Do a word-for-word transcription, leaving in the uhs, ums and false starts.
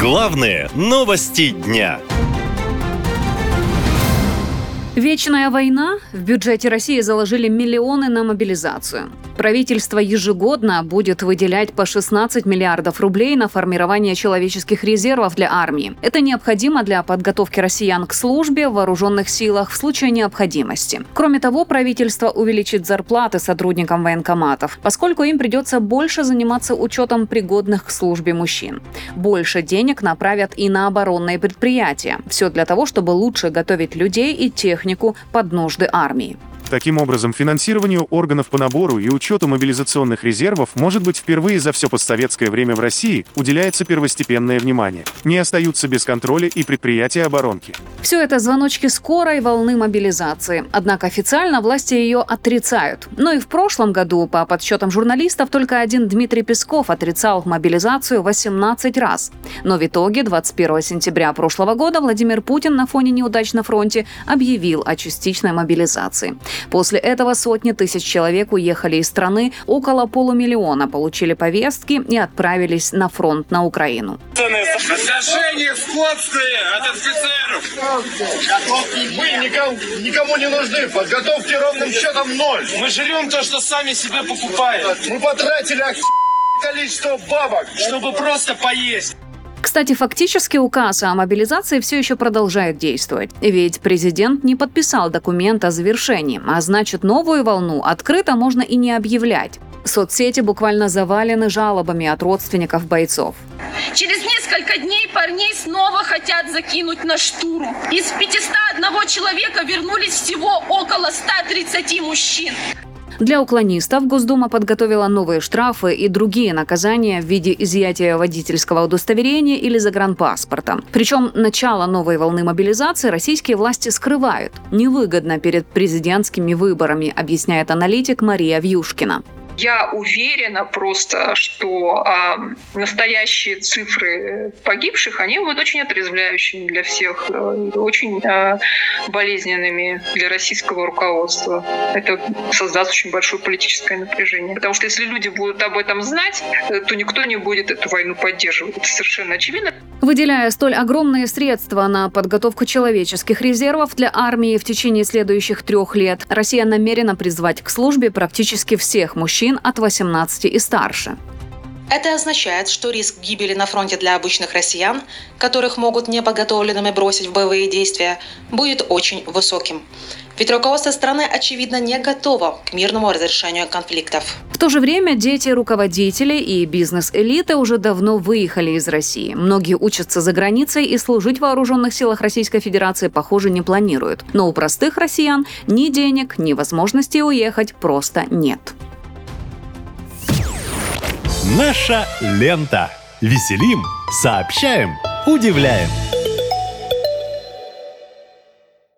Главные новости дня. Вечная война? В бюджете России заложили миллионы на мобилизацию. Правительство ежегодно будет выделять по шестнадцать миллиардов рублей на формирование человеческих резервов для армии. Это необходимо для подготовки россиян к службе в вооруженных силах в случае необходимости. Кроме того, правительство увеличит зарплаты сотрудникам военкоматов, поскольку им придется больше заниматься учетом пригодных к службе мужчин. Больше денег направят и на оборонные предприятия. Все для того, чтобы лучше готовить людей и технику под нужды армии. Таким образом, финансированию органов по набору и учету мобилизационных резервов, может быть, впервые за все постсоветское время в России уделяется первостепенное внимание. Не остаются без контроля и предприятия оборонки. Все это звоночки скорой волны мобилизации. Однако официально власти ее отрицают. Но и в прошлом году, по подсчетам журналистов, только один Дмитрий Песков отрицал мобилизацию восемнадцать раз. Но в итоге двадцать первого сентября прошлого года Владимир Путин на фоне неудач на фронте объявил о частичной мобилизации. После этого сотни тысяч человек уехали из страны, около полумиллиона получили повестки и отправились на фронт на Украину. Отношения скотские от офицеров. Мы никому, никому не нужны. Подготовки ровным счетом ноль. Мы жрем то, что сами себе покупаем. Мы потратили количество бабок, чтобы просто поесть. Кстати, фактически указ о мобилизации все еще продолжает действовать. Ведь президент не подписал документ о завершении, а значит, новую волну открыто можно и не объявлять. Соцсети буквально завалены жалобами от родственников бойцов. Через несколько дней парней снова хотят закинуть на штурм. Из пятисот одного человека вернулись всего около ста тридцати мужчин. Для уклонистов Госдума подготовила новые штрафы и другие наказания в виде изъятия водительского удостоверения или загранпаспорта. Причем начало новой волны мобилизации российские власти скрывают. Невыгодно перед президентскими выборами, объясняет аналитик Мария Вьюшкина. Я уверена просто, что а, настоящие цифры погибших, они будут очень отрезвляющими для всех, очень а, болезненными для российского руководства. Это создаст очень большое политическое напряжение. Потому что если люди будут об этом знать, то никто не будет эту войну поддерживать. Это совершенно очевидно. Выделяя столь огромные средства на подготовку человеческих резервов для армии в течение следующих трех лет, Россия намерена призвать к службе практически всех мужчин от восемнадцати и старше. Это означает, что риск гибели на фронте для обычных россиян, которых могут неподготовленными бросить в боевые действия, будет очень высоким. Ведь руководство страны, очевидно, не готово к мирному разрешению конфликтов. В то же время дети руководителей и бизнес-элиты уже давно выехали из России. Многие учатся за границей и служить в вооруженных силах Российской Федерации, похоже, не планируют. Но у простых россиян ни денег, ни возможности уехать просто нет. Наша лента. Веселим, сообщаем, удивляем.